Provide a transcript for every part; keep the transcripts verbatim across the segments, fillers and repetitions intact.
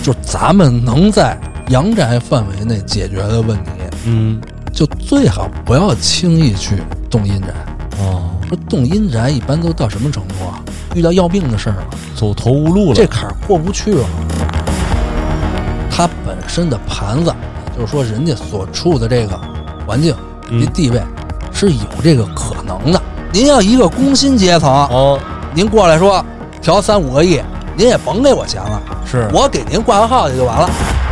就咱们能在阳宅范围内解决的问题， 嗯， 就最好不要轻易去动阴宅。 哦， 说动阴宅一般都到什么程度啊？遇到要命的事儿了， 走投无路了， 这坎儿过不去了。它本身的盘子，也就是说人家所处的这个环境及地位、嗯、是有这个可能的。您要一个工薪阶层， 哦， 您过来说调三五个亿，您也甭给我钱了， 是我给您挂个号去就完了。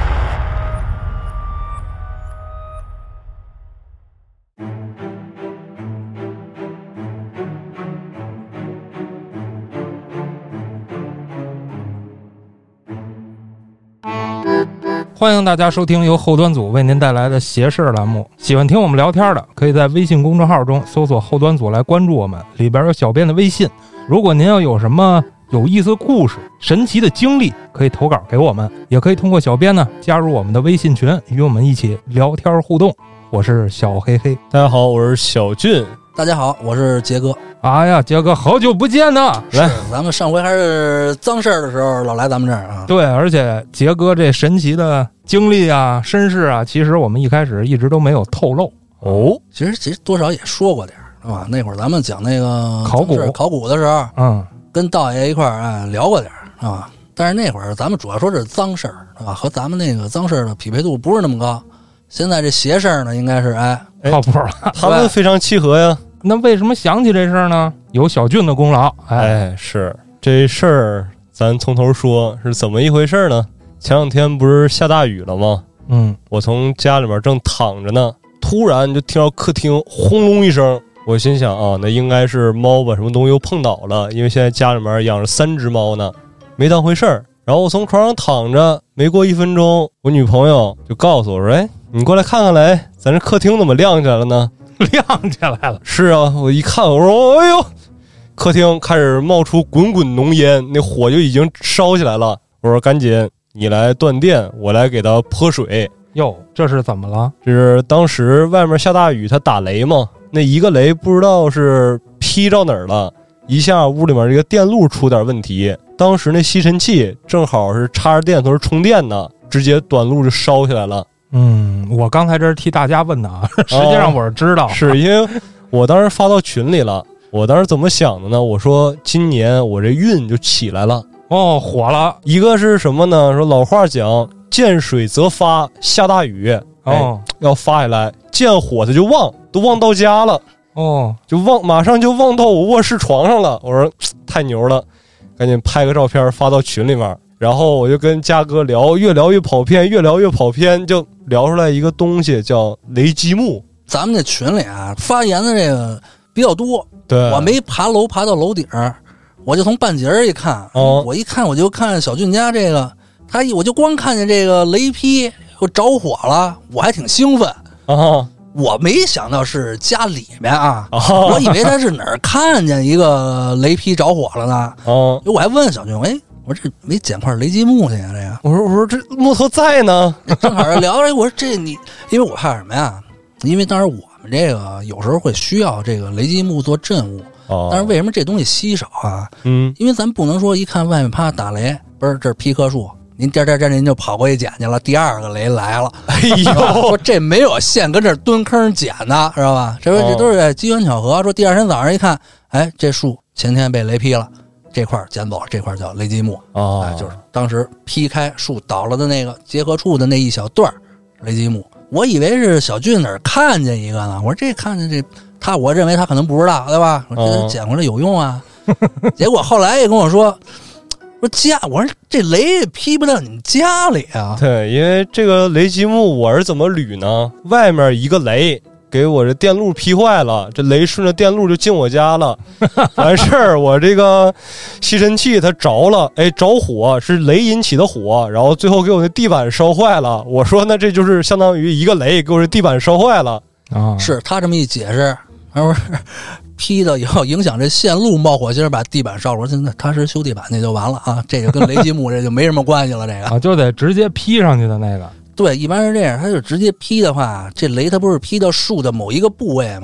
欢迎大家收听由后端组为您带来的邪事栏目。喜欢听我们聊天的，可以在微信公众号中搜索后端组来关注我们，里边有小编的微信。如果您要有什么有意思的故事、神奇的经历，可以投稿给我们，也可以通过小编呢加入我们的微信群，与我们一起聊天互动。我是小黑黑， 大家好，我是小俊。 大家好，我是杰哥。 哎呀，杰哥，好久不见呢！ 来，咱们上回还是脏事儿的时候，老来咱们这儿啊。 对，而且杰哥这神奇的经历啊、身世啊，其实我们一开始一直都没有透露哦。 其实其实多少也说过点儿，是吧？那会儿咱们讲那个考古考古的时候， 嗯， 跟道爷一块儿啊聊过点儿，是吧？但是那会儿咱们主要说是脏事儿，是吧？和咱们那个脏事儿的匹配度不是那么高。现在这邪事儿呢，应该是哎靠谱了， 他们非常契合呀。 那为什么想起这事儿呢？有小俊的功劳。哎， 哎是这事儿，咱从头说是怎么一回事呢？前两天不是下大雨了吗？ 嗯， 我从家里面正躺着呢，突然就听到客厅轰隆一声，我心想啊，那应该是猫把什么东西又碰倒了，因为现在家里面养着三只猫呢，没当回事儿。然后我从床上躺着，没过一分钟，我女朋友就告诉我说：“哎，你过来看看来，咱这客厅怎么亮起来了呢？” 亮起来了。 是啊，我一看，我说：“哎呦！”客厅开始冒出滚滚浓烟，那火就已经烧起来了。我说：“赶紧，你来断电，我来给它泼水。” 哟，这是怎么了？ 这是当时外面下大雨，它打雷嘛，那一个雷不知道是劈着哪儿了，一下屋里面这个电路出点问题。当时那吸尘器正好是插着电，它是充电呢，直接短路就烧起来了。 嗯，我刚才这是替大家问的啊，实际上我是知道， 哦、是因为我当时发到群里了。我当时怎么想的呢？我说今年我这运就起来了， 哦，火了。 一个是什么呢？说老话讲，见水则发，下大雨， 哦， 哎、要发下来，见火它就旺，都旺到家了， 哦， 就旺，马上就旺到我卧室床上了。我说太牛了，赶紧拍个照片发到群里面。然后我就跟嘉哥聊，越聊越跑偏，越聊越跑偏，就聊出来一个东西叫雷击木。 咱们这群里啊，发言的这个比较多。 对， 我没爬楼爬到楼顶，我就从半截儿一看， 哦， 我一看我就看小俊家这个，他我就光看见这个雷劈又着火了，我还挺兴奋啊。 我没想到是家里面啊， 哦、 我以为他是哪儿看见一个雷劈着火了呢。 哦， 我还问小俊，哎。我说这没捡块雷击木去呀、啊？这个， 我说我说这木头在呢， 正好聊着。我说这你，因为我怕什么呀？因为当时我们这个有时候会需要这个雷击木做镇物， 哦， 但是为什么这东西稀少啊？ 嗯， 因为咱不能说一看外面啪打雷，不是这是劈棵树，您这这这您就跑过去捡去了，第二个雷来了， 哎呦， 说这没有现跟这蹲坑捡的，知道吧？这这都是机缘巧合。说第二天早上一看，哎，这树前天被雷劈了。这块捡走，这块叫雷击木哦、 哎，就是当时劈开树倒了的那个结合处的那一小段雷击木。我以为是小俊哪儿看见一个呢，我说这看见这他，我认为他可能不知道，对吧？我这捡回来有用啊。哦、结果后来也跟我说，说家，我说这雷劈不到你们家里啊。 对，因为这个雷击木我是怎么捋呢？外面一个雷。给我这电路劈坏了，这雷顺着电路就进我家了，完事儿我这个吸尘器它着了，哎，着火是雷引起的火，然后最后给我那地板烧坏了。我说那这就是相当于一个雷给我这地板烧坏了啊！ 是他这么一解释，他说劈的以后影响这线路冒火星把地板烧了，现在踏实修地板那就完了啊，这个跟雷击木这就没什么关系了，这个啊就得直接劈上去的那个。 对，一般是这样，他就直接劈的话，这雷它不是劈到树的某一个部位吗？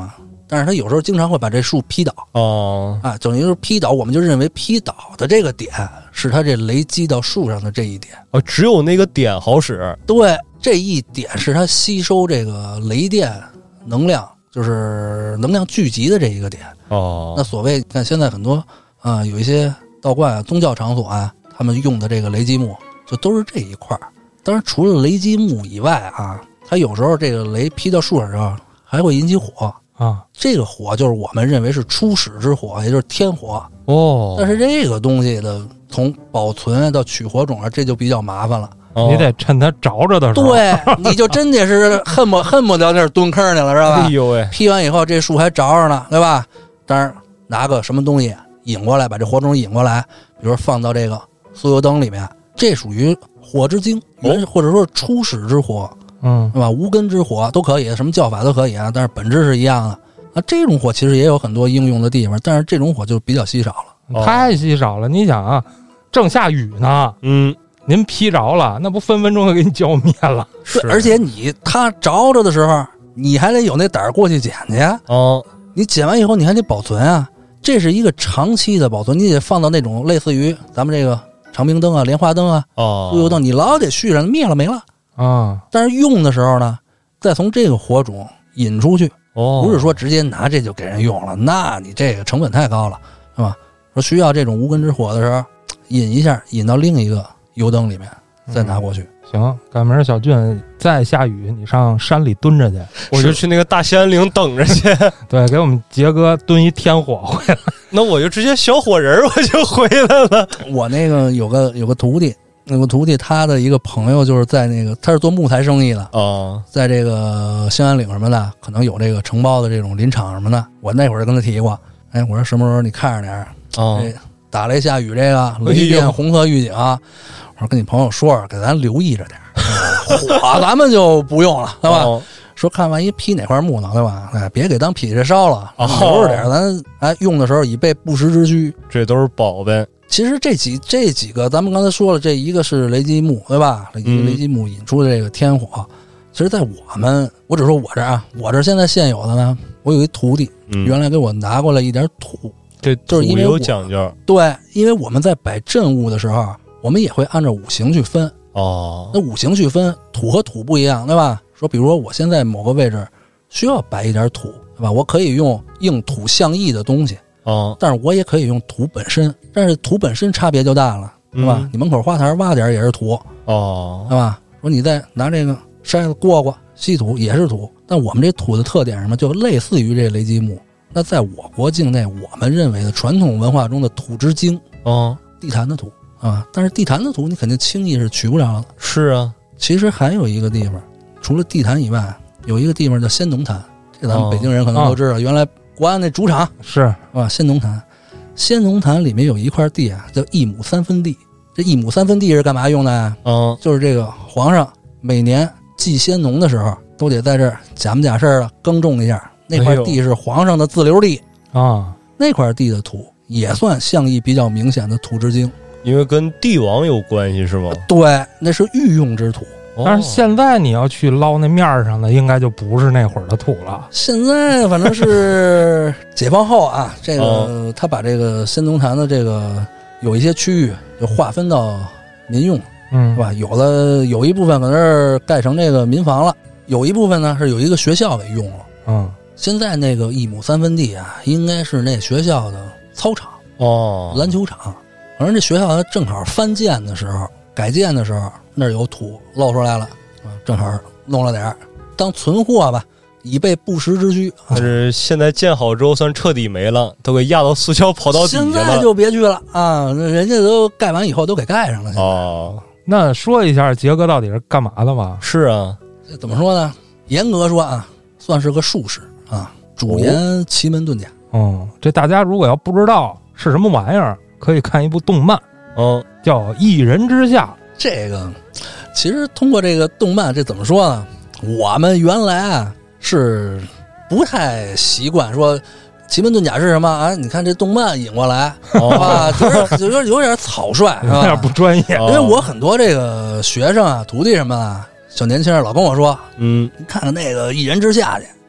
但是他有时候经常会把这树劈倒哦啊，等于是劈倒，我们就认为劈倒的这个点是它这雷击到树上的这一点。 哦，只有那个点好使。 对，这一点是它吸收这个雷电能量，就是能量聚集的这一个点。 哦， 那所谓看现在很多啊、呃，有一些道观啊、宗教场所啊，他们用的这个雷击木就都是这一块。当然，除了雷击木以外啊，它有时候这个雷劈到树上之后还会引起火。 啊， 这个火就是我们认为是初始之火，也就是天火。 哦， 但是这个东西的从保存到取火种啊，这就比较麻烦了。 哦、 你得趁它着着的时候， 对，你就真得是恨不恨不得那儿蹲坑去了，是吧？ 哎呦喂， 劈完以后这树还着着呢，对吧？当然拿个什么东西引过来，把这火种引过来，比如说放到这个酥油灯里面，这属于火之精，原、哦、或者说初始之火。 嗯， 对吧？无根之火都可以，什么叫法都可以啊，但是本质是一样的。啊，这种火其实也有很多应用的地方，但是这种火就比较稀少了， 太稀少了。你想啊，正下雨呢， 嗯， 您劈着了，那不分分钟就给你浇灭了。 是，而且你它着着的时候，你还得有那胆儿过去捡去呀。 哦， 你捡完以后，你还得保存啊，这是一个长期的保存，你得放到那种类似于咱们这个长明灯啊、莲花灯啊、 哦， 酥油灯，你老得续上，灭了没了。 啊， 但是用的时候呢，再从这个火种引出去， 哦， 不是说直接拿这就给人用了，那你这个成本太高了，是吧？说需要这种无根之火的时候，引一下，引到另一个油灯里面，再拿过去。 嗯、行，赶明儿小俊再下雨，你上山里蹲着去， 我就去那个大兴岭等着去。 对，给我们杰哥蹲一天火回来， 那我就直接小火人我就回来了。 我那个有个有个徒弟。那个徒弟他的一个朋友就是在那个他是做木材生意的哦， 在这个兴安岭什么的，可能有这个承包的这种林场什么的。我那会儿就跟他提过，哎，我说什么时候你看着点哦， 打雷下雨这个雷电红色预警啊，我说跟你朋友说说，给咱留意着点，火咱们就不用了，对吧？哦，说看万一劈哪块木头，对吧？哎，别给当劈柴烧了，留着点，咱哎用的时候以备不时之需。 这都是宝贝。 其实这几这几个，咱们刚才说了，这一个是雷击木，对吧？一个雷击木引出的这个天火，嗯、其实，在我们，我只说我这啊，我这现在现有的呢，我有一徒弟，嗯、原来给我拿过来一点土， 这就是因为有讲究。 对，因为我们在摆阵物的时候，我们也会按照五行去分。 哦， 那五行去分，土和土不一样，对吧？说，比如说我现在某个位置需要摆一点土，对吧？我可以用应土相应的东西。 哦， 但是我也可以用土本身，但是土本身差别就大了，对吧？嗯、你门口花坛挖点也是土， 哦， 对吧？说你再拿这个筛子过过稀土也是土，但我们这土的特点是什么？就类似于这雷击木。那在我国境内，我们认为的传统文化中的土之精， 哦， 地坛的土啊，但是地坛的土你肯定轻易是取不了了。 是啊， 其实还有一个地方，除了地坛以外，有一个地方叫仙农坛，这咱们北京人可能都知道，哦、原来。国安那主场是啊，仙农坛，仙农坛里面有一块地啊，叫一亩三分地。这一亩三分地是干嘛用的啊？ 嗯， 就是这个皇上每年祭仙农的时候，都得在这儿假模假式的耕种一下。那块地是皇上的自留地啊， 那块地的土也算象意比较明显的土之精， 因为跟帝王有关系是吗？ 对，那是御用之土。 但是现在你要去捞那面上的，应该就不是那会儿的土了。 现在反正是解放后啊，这个他把这个仙农坛的这个有一些区域就划分到民用， 嗯， 是吧？有的有一部分可能是盖成这个民房了，有一部分呢是有一个学校给用了。 嗯， 现在那个一亩三分地啊，应该是那学校的操场哦， 篮球场。反正这学校它正好翻建的时候、改建的时候，那儿有土露出来了，啊，正好弄了点儿当存货吧，以备不时之需。 但是现在建好之后算彻底没了，都给压到塑胶跑道底下了。 现在就别去了啊，人家都盖完以后都给盖上了。 哦， 那说一下杰哥到底是干嘛的吧？ 是啊， 这怎么说呢？严格说啊，算是个术士啊，主研奇门遁甲。 哦，这大家如果要不知道是什么玩意儿，可以看一部动漫， 嗯， 叫《一人之下》。 这个其实通过这个动漫，这怎么说呢？我们原来啊是不太习惯说奇门遁甲是什么啊？你看这动漫引过来， 哦、 啊，就是有点有点草率， 有点不专业。 因为我很多这个学生啊、徒弟什么的，小年轻人老跟我说， 嗯， 你看看那个一人之下去，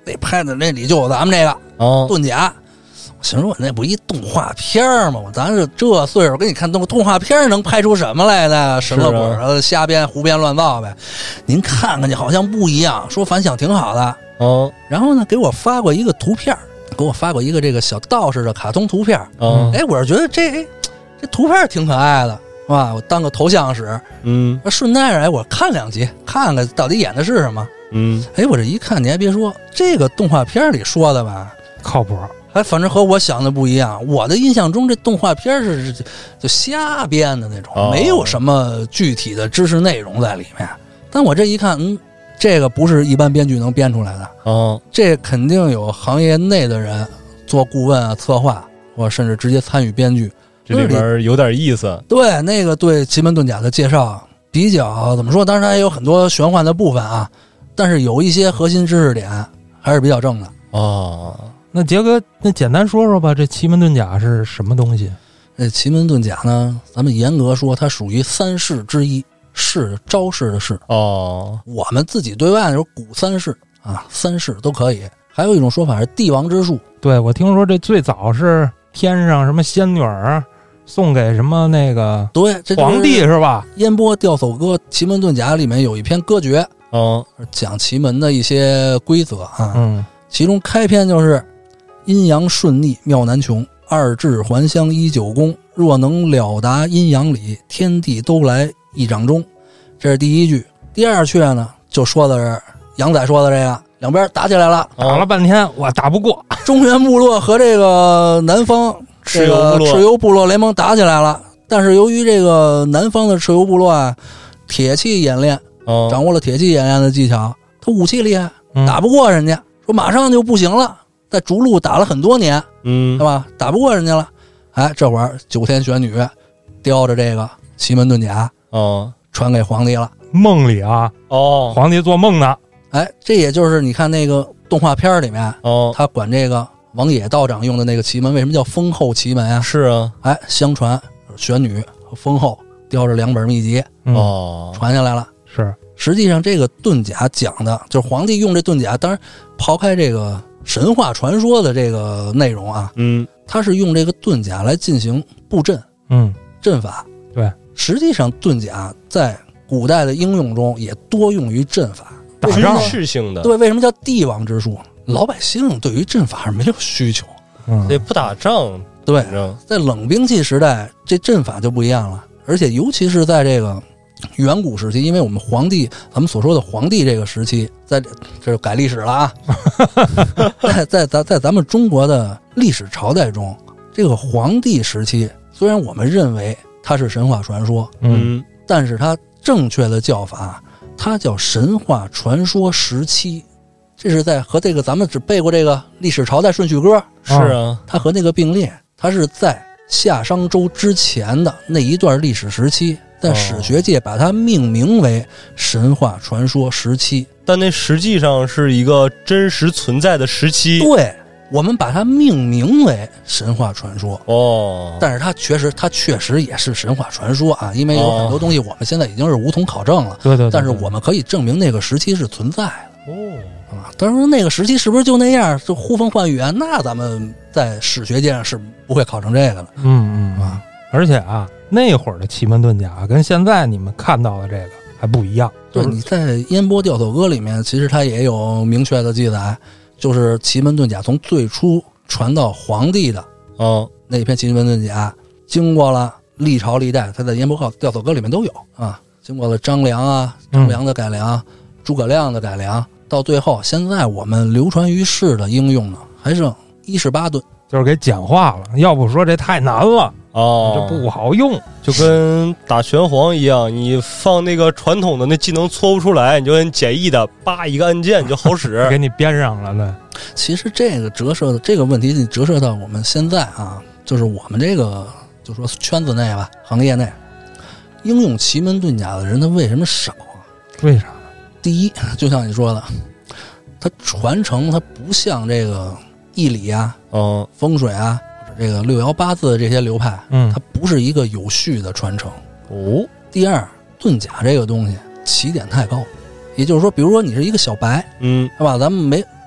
那拍的那里就有咱们这个啊盾甲。我心说，我那不一动画片吗？我咱是这岁数，给你看动动画片能拍出什么来呢？神了鬼儿瞎编胡编乱造呗。您看看去，好像不一样，说反响挺好的。 哦， 然后呢，给我发过一个图片，给我发过一个这个小道士的卡通图片。 嗯， 哎，我是觉得这这图片挺可爱的，是吧？我当个头像使。 嗯， 顺带着，哎，我看两集，看看到底演的是什么。 嗯， 哎，我这一看，你还别说，这个动画片里说的吧， 靠谱。 还反正和我想的不一样。我的印象中，这动画片是就瞎编的那种， 哦、 没有什么具体的知识内容在里面。但我这一看，嗯，这个不是一般编剧能编出来的。 哦， 这肯定有行业内的人做顾问啊、策划，或甚至直接参与编剧。 这里边有点意思。 对，那个对奇门遁甲的介绍比较怎么说？当然也有很多玄幻的部分啊，但是有一些核心知识点还是比较正的。 哦。 那杰哥，那简单说说吧，这奇门遁甲是什么东西？ 这奇门遁甲呢，咱们严格说，它属于三式之一，式招式的式。 哦， 我们自己对外的时候，古三式啊，三式都可以。还有一种说法是帝王之术。 对，我听说这最早是天上什么仙女儿送给什么那个对，这皇帝是吧？ 烟波钓叟歌奇门遁甲里面有一篇歌诀， 哦， 讲奇门的一些规则啊。 嗯， 其中开篇就是阴阳顺逆妙难穷，二至还乡依九宫，若能了达阴阳理，天地都来一掌中。这是第一句。第二阙呢，就说的是杨仔说的这个，两边打起来了， 打了半天我打不过， 中原部落和这个南方这个蚩尤部落联盟打起来了。但是由于这个南方的蚩尤部落啊，铁器演练， 哦、 掌握了铁器演练的技巧，他武器厉害，打不过人家，说马上就不行了。在逐鹿打了很多年， 嗯， 对吧？打不过人家了，哎，这会儿九天玄女叼着这个奇门遁甲， 哦， 传给皇帝了。 梦里啊， 哦， 皇帝做梦呢。 哎，这也就是你看那个动画片里面， 哦， 他管这个王野道长用的那个奇门，为什么叫封后奇门啊？ 是啊， 哎，相传玄女和封后叼着两本秘籍， 哦， 传下来了。 是， 实际上这个遁甲讲的就是皇帝用这遁甲，当然刨开这个神话传说的这个内容啊， 嗯， 他是用这个遁甲来进行布阵， 嗯， 阵法。 对， 实际上遁甲在古代的应用中也多用于阵法， 打仗式性的。 对，为什么叫帝王之术？老百姓对于阵法是没有需求， 嗯， 对，不打仗。 对，在冷兵器时代，这阵法就不一样了，而且尤其是在这个远古时期，因为我们皇帝，咱们所说的皇帝这个时期，在这就改历史了啊，在在在在咱们中国的历史朝代中，这个皇帝时期，虽然我们认为它是神话传说， 嗯， 但是它正确的叫法，它叫神话传说时期。这是在和这个咱们只背过这个历史朝代顺序歌， 是啊， 它和那个并列，它是在夏商周之前的那一段历史时期，在史学界把它命名为神话传说时期， 但那实际上是一个真实存在的时期。 对，我们把它命名为神话传说哦， 但是它确实，它确实也是神话传说啊，因为有很多东西我们现在已经是无从考证了。 对 对, 对, 对， 但是我们可以证明那个时期是存在的。 哦， 啊，当然那个时期是不是就那样，就呼风唤雨啊？那咱们在史学界上是不会考证这个的。 嗯嗯啊，而且啊，那会儿的奇门遁甲跟现在你们看到的这个还不一样。 对，你在《烟波钓叟歌》里面，其实它也有明确的记载，就是奇门遁甲从最初传到皇帝的， 哦， 那篇奇门遁甲，经过了历朝历代，它在《烟波钓叟歌》里面都有啊，经过了张良啊、张良的改良、嗯、诸葛亮的改良。到最后，现在我们流传于世的应用呢，还剩一十八吨， 就是给简化了。要不说这太难了哦， 这不好用， 就跟打拳皇一样，你放那个传统的那技能搓不出来，你就很简易的叭一个按键你就好使， 给你编上了。对， 其实这个折射的这个问题，你折射到我们现在啊，就是我们这个就说圈子内吧，行业内，应用奇门遁甲的人，他为什么少啊？ 为啥？ 第一，就像你说的，它传承它不像这个易理啊、 嗯、 风水啊，或者这个六爻八字的这些流派， 嗯， 它不是一个有序的传承。 哦。 第二，遁甲这个东西起点太高，也就是说，比如说你是一个小白， 嗯， 是吧？咱们没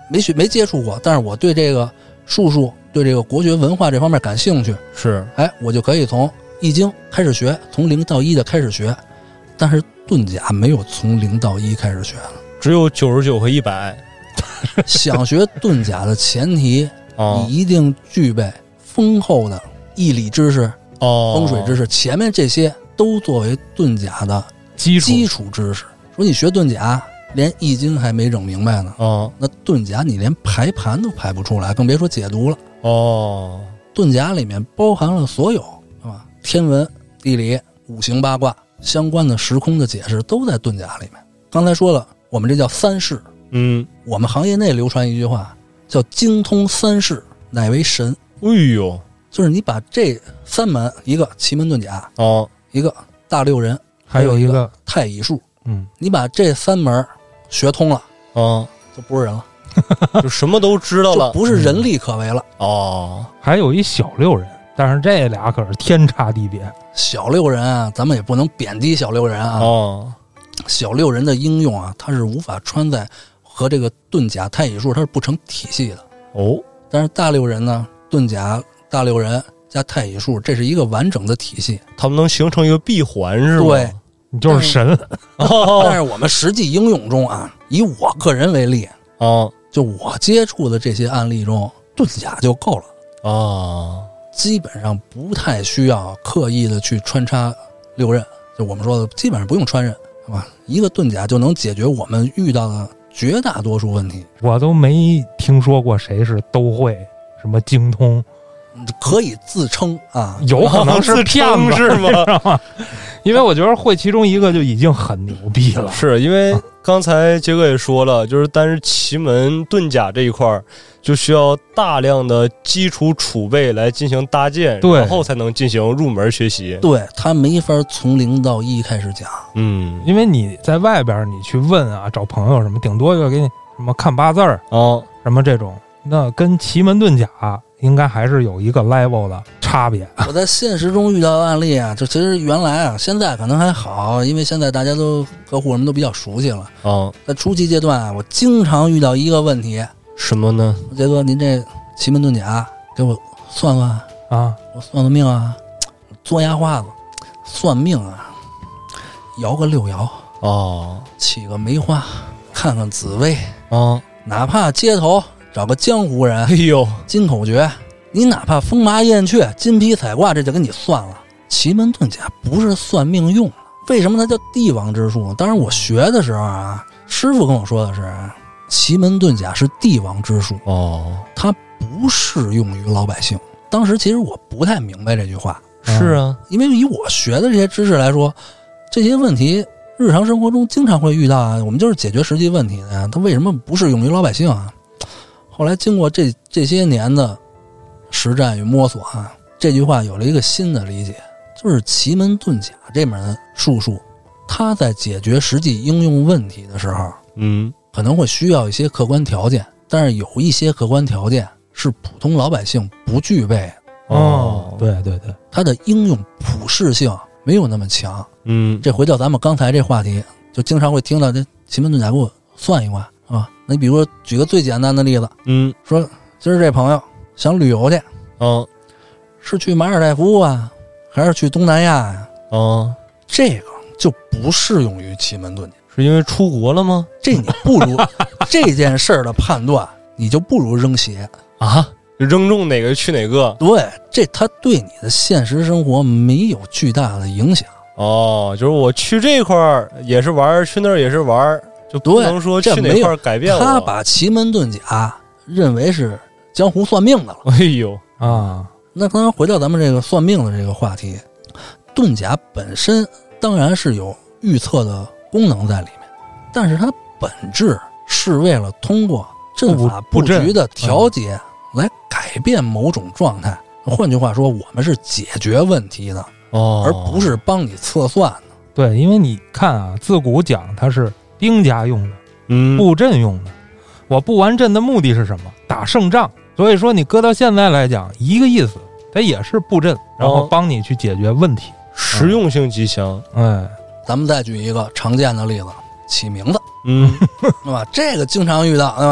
没学没接触过，但是我对这个术数、对这个国学文化这方面感兴趣， 是， 哎，我就可以从易经开始学，从零到一的开始学。但是遁甲没有从零到一开始学的， 只有九十九和一百。 想学遁甲的前提， 哦、 你一定具备丰厚的易理知识、 哦风水知识，前面这些都作为遁甲的基础基础知识。说你学遁甲，连易经还没整明白呢， 哦， 那遁甲你连排盘都排不出来，更别说解读了。 哦， 遁甲里面包含了所有啊，天文、地理、五行、八卦相关的时空的解释都在遁甲里面。刚才说了，我们这叫三世。 嗯， 我们行业内流传一句话，叫精通三世乃为神。 哎呦， 就是你把这三门，一个奇门遁甲， 哦， 一个大六壬， 还有一个太乙术， 嗯， 你把这三门学通了， 哦， 就不是人了， 就什么都知道了， 就不是人力可为了。 哦， 还有一小六人，但是这俩可是天差地别。 小六人啊，咱们也不能贬低小六人啊。 哦， 小六人的应用啊，它是无法穿在和这个遁甲、太乙术它是不成体系的。 哦， 但是大六人呢，遁甲、大六人加太乙术，这是一个完整的体系， 他们能形成一个闭环是吗？ 对， 你就是神。 哦， 但是我们实际应用中啊，以我个人为例， 哦， 就我接触的这些案例中，遁甲就够了。 哦， 基本上不太需要刻意的去穿插六壬，就我们说的基本上不用穿壬，是吧？一个遁甲就能解决我们遇到的绝大多数问题。 我都没听说过谁是都会什么精通， 可以自称啊， 有可能是骗子是吗？ 因为我觉得会其中一个就已经很牛逼了。 是因为刚才杰哥也说了，就是单是奇门遁甲这一块就需要大量的基础储备来进行搭建， 对， 然后才能进行入门学习。 对，他没法从零到一开始讲。 嗯， 因为你在外边你去问啊，找朋友什么，顶多就给你什么看八字儿啊， 什么这种，那跟奇门遁甲应该还是有一个 level 的差别。 我在现实中遇到的案例啊，就其实原来啊，现在可能还好，因为现在大家都客户什么都比较熟悉了啊。 在初期阶段啊，我经常遇到一个问题， 什么呢？ 杰哥，您这奇门遁甲给我算算啊， 我算算命啊，嘬牙花子，算命啊，摇个六爻哦， 起个梅花，看看紫薇啊， 哪怕街头找个江湖人， 哎呦， 金口诀，你哪怕风马燕雀、金皮彩卦，这就给你算了。奇门遁甲不是算命用的，为什么它叫帝王之术？当然，我学的时候啊，师傅跟我说的是，奇门遁甲是帝王之术哦， 它不适用于老百姓。当时其实我不太明白这句话， 是啊， 因为以我学的这些知识来说，这些问题日常生活中经常会遇到啊，我们就是解决实际问题的呀，它为什么不适用于老百姓啊？后来经过这这些年的实战与摸索啊，这句话有了一个新的理解，就是奇门遁甲这门术数，它在解决实际应用问题的时候， 嗯， 可能会需要一些客观条件，但是有一些客观条件是普通老百姓不具备。 哦，对对对， 它的应用普适性没有那么强。 嗯， 这回到咱们刚才这话题，就经常会听到这奇门遁甲给我算一卦啊。那你比如说举个最简单的例子， 嗯， 说今儿这朋友想旅游去， 啊， 是去马尔代夫啊，还是去东南亚呀、 啊？啊， 这个就不适用于奇门遁甲， 是因为出国了吗？ 这你不如这件事儿的判断，你就不如扔鞋啊，扔中哪个去哪个？ 对，这它对你的现实生活没有巨大的影响。 哦，就是我去这块儿也是玩，去那儿也是玩，就不能说去哪块儿改变我。 他把奇门遁甲认为是江湖算命的了。 哎呦啊， 那刚刚回到咱们这个算命的这个话题，遁甲本身当然是有预测的功能在里面，但是它本质是为了通过阵法布局的调节来改变某种状态。换句话说，我们是解决问题的， 哦， 而不是帮你测算的。 对，因为你看啊，自古讲它是兵家用的， 嗯， 布阵用的。我布完阵的目的是什么？打胜仗。所以说你搁到现在来讲，一个意思，它也是布阵，然后帮你去解决问题， 实用性极强。 哎， 咱们再举一个常见的例子，起名字， 嗯， 对吧？这个经常遇到，对吧？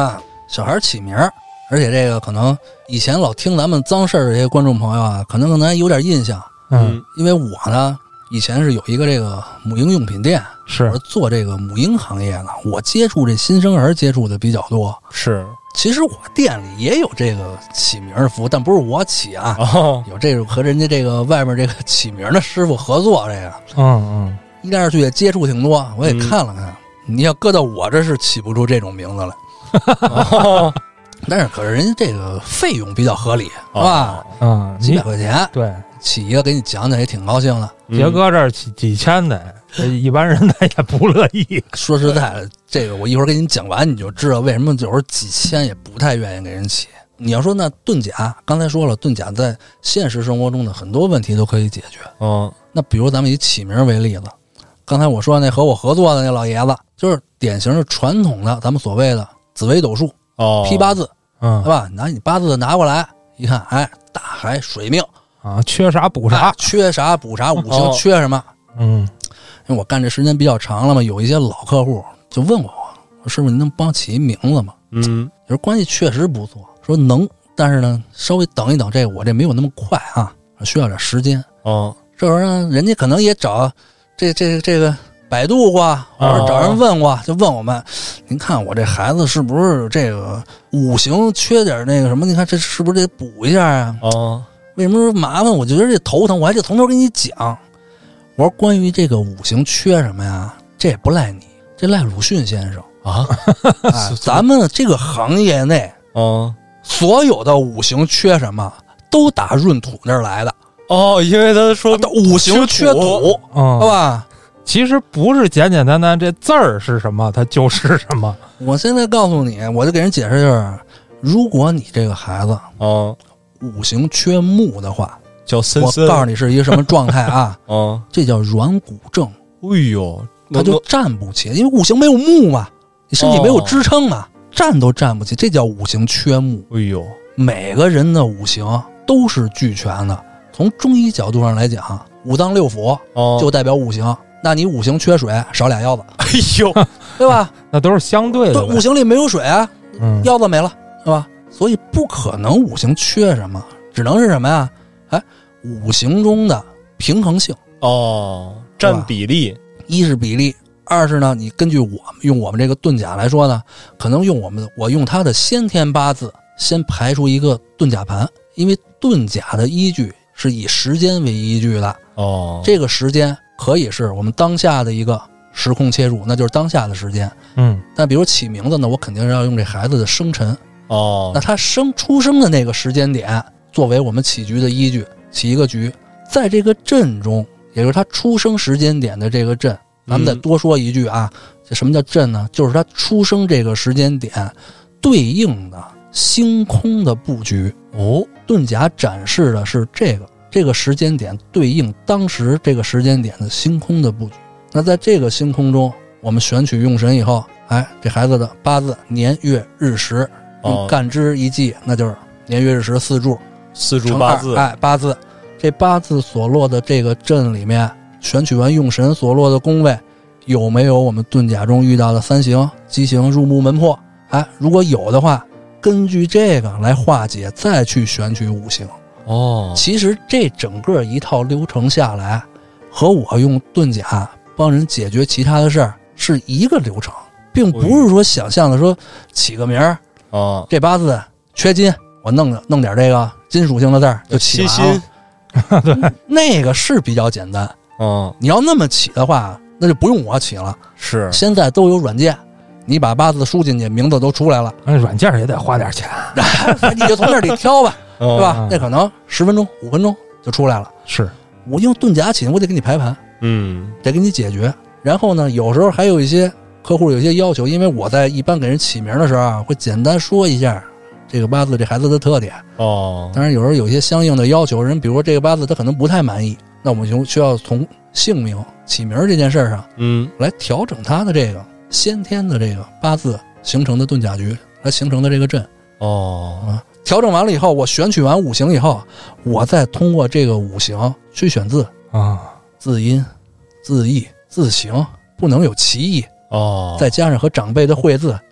小孩起名儿，而且这个可能以前老听咱们脏事儿的这些观众朋友啊，可能可能有点印象。 嗯， 因为我呢以前是有一个这个母婴用品店， 是我是做这个母婴行业的，我接触这新生儿接触的比较多。 是， 其实我店里也有这个起名的服务，但不是我起啊， 哦， 有这个和人家这个外面这个起名的师傅合作，这个嗯嗯， 一来二去也接触挺多，我也看了看。嗯、你要搁到我这是起不出这种名字来， 哦、 但是可是人家这个费用比较合理，是吧？ 嗯， 几百块钱， 对， 起一个给你讲讲也挺高兴的。 杰哥这儿几几千的，这一般人他也不乐意。 说实在的，这个我一会儿给你讲完，你就知道为什么有时候几千也不太愿意给人起。你要说那盾甲，刚才说了，盾甲在现实生活中的很多问题都可以解决。 嗯， 那比如咱们以起名为例子，刚才我说那和我合作的那老爷子，就是典型的传统的咱们所谓的紫微斗数， 哦， 批八字， 嗯， 对吧？拿你八字拿过来一看，哎，大海水命啊，缺啥补啥， 哎、缺啥补啥，五行缺什么？ 哦、嗯， 因为我干这时间比较长了嘛，有一些老客户就问过我，说师傅您能帮我起一名字吗？ 嗯， 有时关系确实不错，说能，但是呢，稍微等一等，这个我这没有那么快啊，需要点时间。 哦， 这会儿呢，人家可能也找这这这个百度过，或者找人问过，就问我们，您看我这孩子是不是这个五行缺点那个什么？您看这是不是得补一下啊？ 哦， 为什么说麻烦？我就觉得这头疼，我还得从头给你讲。我说关于这个五行缺什么呀？这也不赖你，这赖鲁迅先生啊。 哎、咱们这个行业内， 哦， 所有的五行缺什么，都打闰土那儿来的。 哦，因为他说五行缺土， 嗯， 好吧？ 其实不是简简单单这字儿是什么，它就是什么。 我现在告诉你，我就给人解释就是，如果你这个孩子， 哦， 五行缺木的话， 叫森森， 我告诉你是一个什么状态啊？ 哦， 这叫软骨症。 哎呦， 他就站不起，因为五行没有木嘛，你身体没有支撑嘛，哦、站都站不起，这叫五行缺木。 哎呦， 每个人的五行都是俱全的。从中医角度上来讲，五脏六腑就代表五行。哦、那你五行缺水，少俩腰子。 哎呦， 对吧？ 那都是相对的。 对，五行里没有水啊， 嗯、 腰子没了，对吧？所以不可能五行缺什么，只能是什么呀？哎，五行中的平衡性。 哦，占比例， 一是比例，二是呢，你根据我们用我们这个遁甲来说呢，可能用我们我用他的先天八字先排出一个遁甲盘，因为遁甲的依据是以时间为依据的。 哦， 这个时间可以是我们当下的一个时空切入，那就是当下的时间。 嗯， 但比如起名字呢，我肯定是要用这孩子的生辰。 哦， 那他生出生的那个时间点作为我们起局的依据，起一个局，在这个阵中，也就是他出生时间点的这个阵，咱们再多说一句啊，这什么叫阵呢？就是他出生这个时间点对应的星空的布局。哦，遁甲展示的是这个这个时间点对应当时这个时间点的星空的布局。那在这个星空中，我们选取用神以后，哎，这孩子的八字年月日时用干支一记，那就是年月日时四柱， 四柱八字， 哎，八字，这八字所落的这个阵里面，选取完用神所落的宫位，有没有我们遁甲中遇到的三行、奇行、入木、门破？哎，如果有的话，根据这个来化解，再去选取五行。 哦， 其实这整个一套流程下来，和我用遁甲帮人解决其他的事儿是一个流程，并不是说想象的说起个名儿。 哦， 这八字缺金，我弄弄点这个金属性的字儿就起完了。对，那个是比较简单。 哦， 你要那么起的话，那就不用我起了。 是， 现在都有软件，你把八字输进去，名字都出来了。 那软件也得花点钱， 你就从这里挑吧， 哦、 对吧？那可能十分钟、五分钟就出来了。 是我用遁甲起，我得给你排盘， 嗯， 得给你解决。然后呢，有时候还有一些客户有一些要求，因为我在一般给人起名的时候啊，会简单说一下这个八字这孩子的特点。 哦， 当然有时候有一些相应的要求，人比如说这个八字他可能不太满意，那我们就需要从姓名起名这件事上， 嗯， 来调整他的这个先天的这个八字形成的遁甲局，来形成的这个阵。 哦， 啊，调整完了以后，我选取完五行以后，我再通过这个五行去选字啊， 字音、字义、字形，不能有歧义。 哦， 再加上和长辈的会字，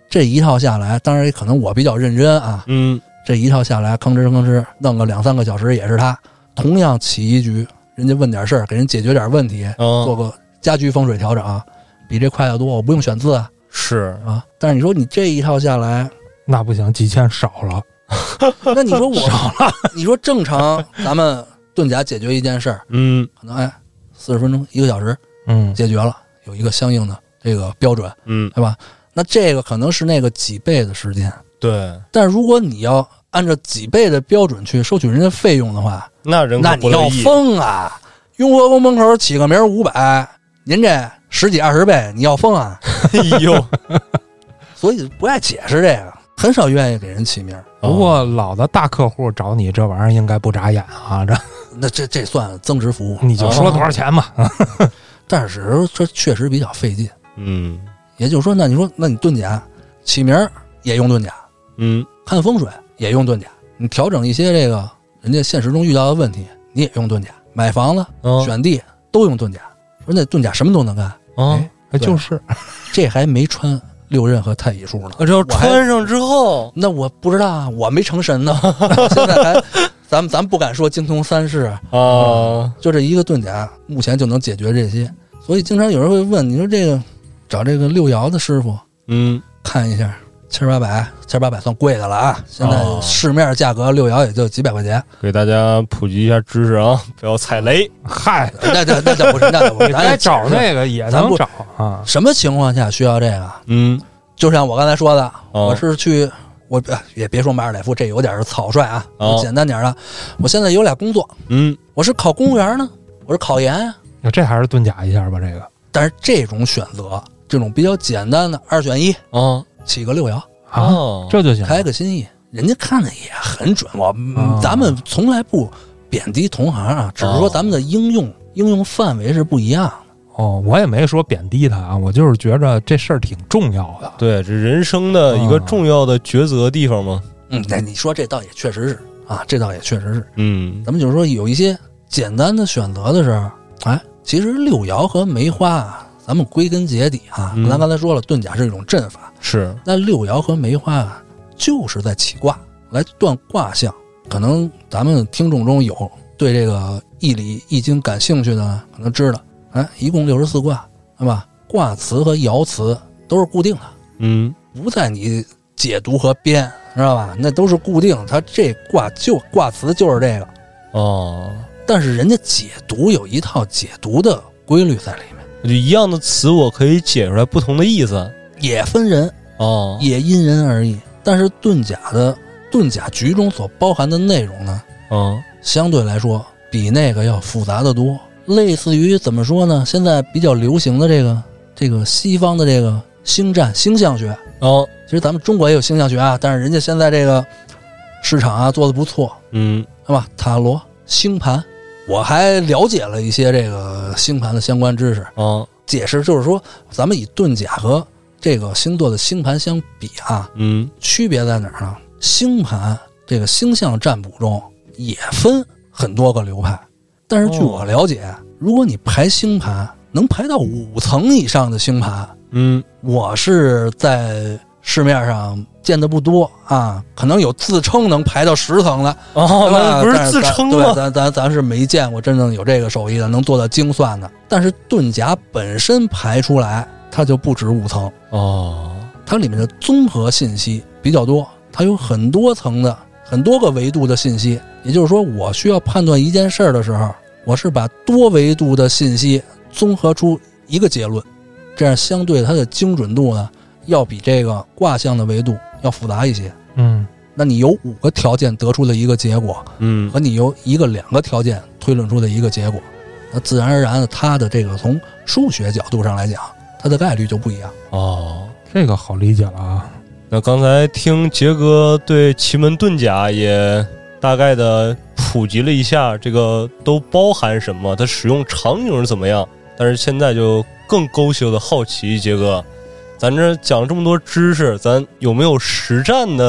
这一套下来，当然也可能我比较认真啊， 嗯， 这一套下来吭哧吭哧弄个两三个小时也是他。同样起一局，人家问点事儿，给人解决点问题， 哦、 做个家居风水调整啊，比这快得多，我不用选字啊。 是啊，但是你说你这一套下来， 那不行，几千少了。 那你说我少了， 你说正常咱们遁甲解决一件事儿， 嗯， 可能哎四十分钟一个小时， 嗯， 解决了，有一个相应的这个标准， 嗯， 对吧？那这个可能是那个几倍的时间， 对。 但如果你要按照几倍的标准去收取人家费用的话， 那人那你要疯啊！雍和宫门口起个名五百，您这十几二十倍，你要疯啊！ 哎呦， 所以不爱解释这个，很少愿意给人起名。 不过老的大客户找你这玩意儿应该不眨眼啊，这那这这算增值服务， 你就说多少钱吧。 哦、但是这确实比较费劲。 嗯， 也就是说，那你说，那你遁甲起名也用遁甲， 嗯， 看风水也用遁甲，你调整一些这个人家现实中遇到的问题，你也用遁甲，买房子、 哦、 选地都用遁甲。说那遁甲什么都能干啊、 哦哎， 就是这还没穿六壬和太乙数呢。 这要穿上之后， 那我不知道啊，我没成神呢。现在还，咱们咱们不敢说精通三世啊。 啊， 就这一个遁甲，目前就能解决这些。所以经常有人会问，你说这个找这个六爻的师傅， 嗯， 看一下，千八百，千八百算贵的了啊。现在市面价格六爻也就几百块钱。 给大家普及一下知识啊，不要踩雷。 嗨， 那那那倒不是，那倒不是。 咱找那个也能找啊。 什么情况下需要这个？ 嗯， 就像我刚才说的， 哦、 我是去，我也别说马尔代夫，这有点草率啊， 哦、 简单点的。我现在有俩工作， 嗯， 我是考公务员呢，我是考研呀、 啊。这还是遁甲一下吧，这个。 但是这种选择，这种比较简单的二选一， 哦， 起个六爻啊，这就行， 开个心意，人家看的也很准。我、哦、咱们从来不贬低同行啊，只是说咱们的应用、哦、应用范围是不一样的。 哦，我也没说贬低他啊，我就是觉着这事儿挺重要的。 对，这人生的一个重要的抉择地方嘛。 嗯，那你说这倒也确实是啊，这倒也确实是。 嗯， 咱们就是说有一些简单的选择的时候，哎，其实六爻和梅花啊，咱们归根结底啊，嗯、咱刚才说了，遁甲是一种阵法， 是。 那六爻和梅花啊，就是在起卦来断卦象。可能咱们听众中有对这个易理易经感兴趣的，可能知道。哎，一共六十四卦，对吧？卦辞和爻辞都是固定的， 嗯， 不在你解读和编，知道吧？那都是固定，它这卦就卦辞就是这个哦。 但是人家解读有一套解读的规律在里面， 就一样的词，我可以解出来不同的意思， 也分人哦， 也因人而异。但是遁甲的遁甲局中所包含的内容呢， 嗯， 相对来说比那个要复杂的多。类似于怎么说呢？现在比较流行的这个这个西方的这个星战星象学哦， 其实咱们中国也有星象学啊，但是人家现在这个市场啊做得不错， 嗯， 是吧？塔罗、星盘，我还了解了一些这个星盘的相关知识。 哦， 解释就是说，咱们以遁甲和这个星座的星盘相比啊， 嗯， 区别在哪儿呢？星盘这个星象占卜中也分很多个流派。但是据我了解、哦、如果你排星盘能排到五层以上的星盘， 嗯， 我是在市面上见的不多啊，可能有自称能排到十层的哦，那不是自称吗？ 对，咱咱咱是没见过真正有这个手艺的，能做到精算的。但是遁甲本身排出来，它就不止五层哦， 它里面的综合信息比较多，它有很多层的。很多个维度的信息，也就是说我需要判断一件事儿的时候，我是把多维度的信息综合出一个结论，这样相对它的精准度呢要比这个卦象的维度要复杂一些。 嗯， 那你有五个条件得出的一个结果， 嗯， 和你由一个两个条件推论出的一个结果，那自然而然的它的这个从数学角度上来讲，它的概率就不一样。 哦， 这个好理解了啊。 那刚才听杰哥对奇门遁甲也大概的普及了一下，这个都包含什么，它使用场景是怎么样。但是现在就更勾起我的好奇，杰哥，咱这讲这么多知识，咱有没有实战的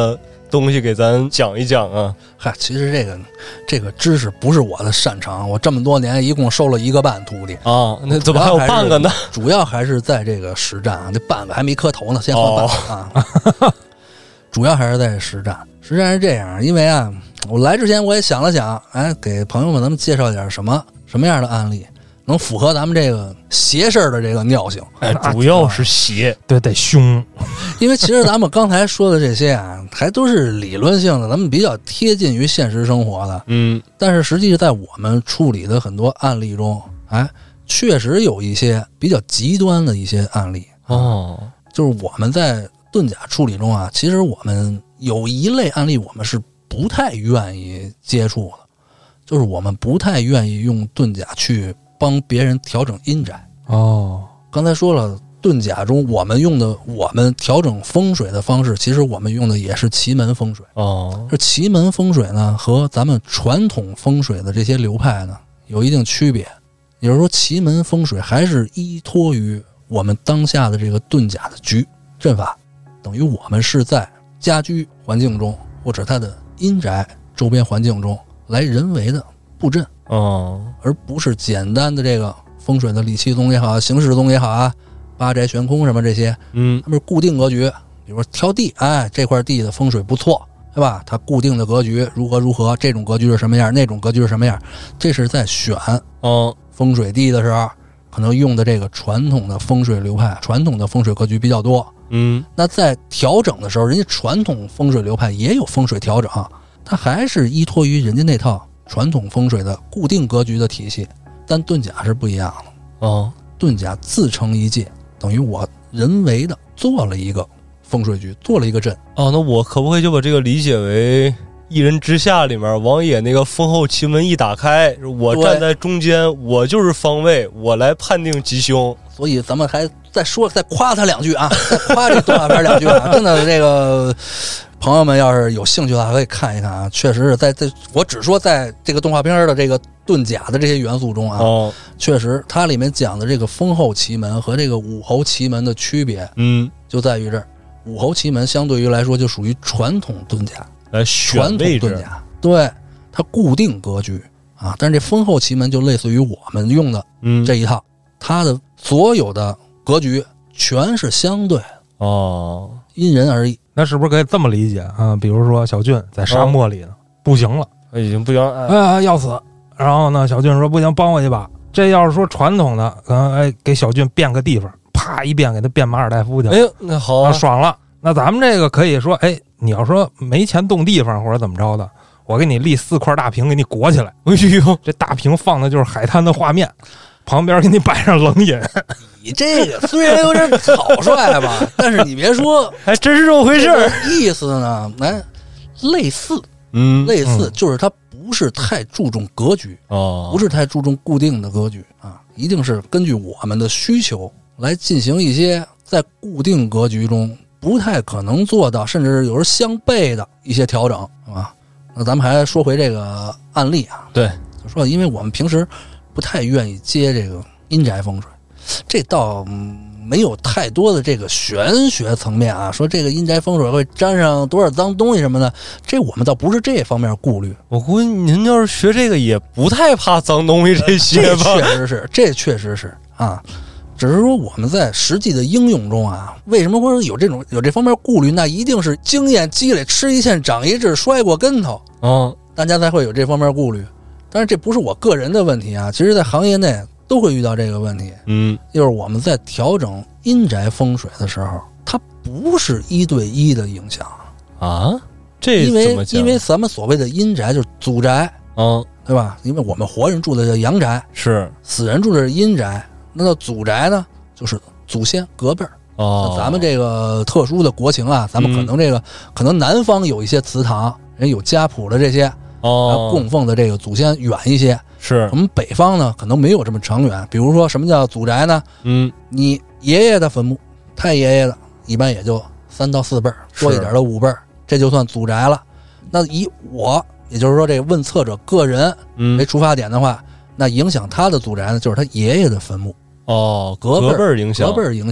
东西给咱讲一讲啊？ 嗨，其实这个这个知识不是我的擅长，我这么多年一共收了一个半徒弟啊，那怎么还有半个呢？ 主要还是在这个实战啊，这半个还没磕头呢，先算半个、哦、啊。主要还是在实战，实战是这样，因为啊，我来之前我也想了想，哎，给朋友们咱们介绍点什么什么样的案例，能符合咱们这个邪事的这个尿性。 哎，主要是邪， 对，得凶。 因为其实咱们刚才说的这些啊，还都是理论性的，咱们比较贴近于现实生活的。 嗯， 但是实际在我们处理的很多案例中，哎，确实有一些比较极端的一些案例。 哦， 就是我们在盾甲处理中啊，其实我们有一类案例我们是不太愿意接触的，就是我们不太愿意用盾甲去帮别人调整阴宅。 哦， 刚才说了，盾甲中我们用的我们调整风水的方式，其实我们用的也是奇门风水。 哦， 这奇门风水呢和咱们传统风水的这些流派呢有一定区别，也就是说奇门风水还是依托于我们当下的这个盾甲的局阵法，等于我们是在家居环境中或者它的阴宅周边环境中来人为的布阵， 哦， 而不是简单的这个风水的理气宗也好，形式宗也好啊，八宅悬空什么这些， 嗯， 他们是固定格局，比如说挑地，哎，这块地的风水不错，对吧？它固定的格局如何如何，这种格局是什么样，那种格局是什么样，这是在选哦风水地的时候可能用的这个传统的风水流派，传统的风水格局比较多。 嗯， 那在调整的时候，人家传统风水流派也有风水调整，它还是依托于人家那套传统风水的固定格局的体系，但盾甲是不一样的。 哦， 盾甲自成一界，等于我人为的做了一个风水局，做了一个阵。 哦，那我可不可以就把这个理解为一人之下里面王爷那个封后奇门一打开，我站在中间，我就是方位，我来判定吉凶。 所以咱们还再说再夸他两句啊，再夸这动画片两句啊，真的这个朋友们要是有兴趣的话可以看一看啊，确实是在在我只说在这个动画片的这个盾甲的这些元素中啊， 哦， 确实它里面讲的这个封后奇门和这个武侯奇门的区别， 嗯， 就在于这儿，武侯奇门相对于来说就属于传统盾甲， 来选位置， 盾甲，对，它固定格局啊，但是这封后奇门就类似于我们用的这一套，嗯，它的所有的格局全是相对的哦， 因人而异。 那是不是可以这么理解啊？比如说小俊在沙漠里呢，哦，不行了， 已经不行了， 哎，哎要死。然后呢，小俊说不行，帮我一把。这要是说传统的，可能哎给小俊变个地方，啪一变给他变马尔代夫去了。 哎呦，那好啊， 啊爽了。那咱们这个可以说，哎，你要说没钱动地方或者怎么着的，我给你立四块大屏给你裹起来。哎呦，这大屏放的就是海滩的画面，旁边给你摆上冷饮。 你这个虽然有点草率吧，但是你别说， 还真是这么回事儿。 意思呢，哎，类似， 嗯， 类似，就是它不是太注重格局哦， 不是太注重固定的格局啊，一定是根据我们的需求来进行一些在固定格局中不太可能做到，甚至有时候相悖的一些调整，啊。那咱们还说回这个案例啊， 对， 就说因为我们平时不太愿意接这个阴宅风水，这倒没有太多的这个玄学层面啊，说这个阴宅风水会沾上多少脏东西什么的，这我们倒不是这方面顾虑。 我估计您要是学这个也不太怕脏东西这些吧？ 这确实是，这确实是啊。只是说我们在实际的应用中啊，为什么会有这种有这方面顾虑？那一定是经验积累，吃一堑长一智，摔过跟头， 嗯， 大家才会有这方面顾虑。但是这不是我个人的问题啊，其实在行业内都会遇到这个问题。 嗯， 就是我们在调整阴宅风水的时候，它不是一对一的影响啊。这因为怎么讲？ 因为咱们所谓的阴宅就是祖宅， 嗯， 对吧？因为我们活人住的叫阳宅， 是死人住的是阴宅。那到祖宅呢，就是祖先隔辈儿。 哦， 咱们这个特殊的国情啊，咱们可能这个、嗯、可能南方有一些祠堂，人有家谱的这些， 哦， 供奉的这个祖先远一些。 是我们北方呢，可能没有这么长远。比如说什么叫祖宅呢？ 嗯， 你爷爷的坟墓，太爷爷的，一般也就三到四辈儿，多一点的五辈儿，这就算祖宅了。那以我，也就是说这个问测者个人为出发点的话。嗯，那影响他的祖宅呢，就是他爷爷的坟墓哦， 隔辈儿影响， 隔辈儿影响。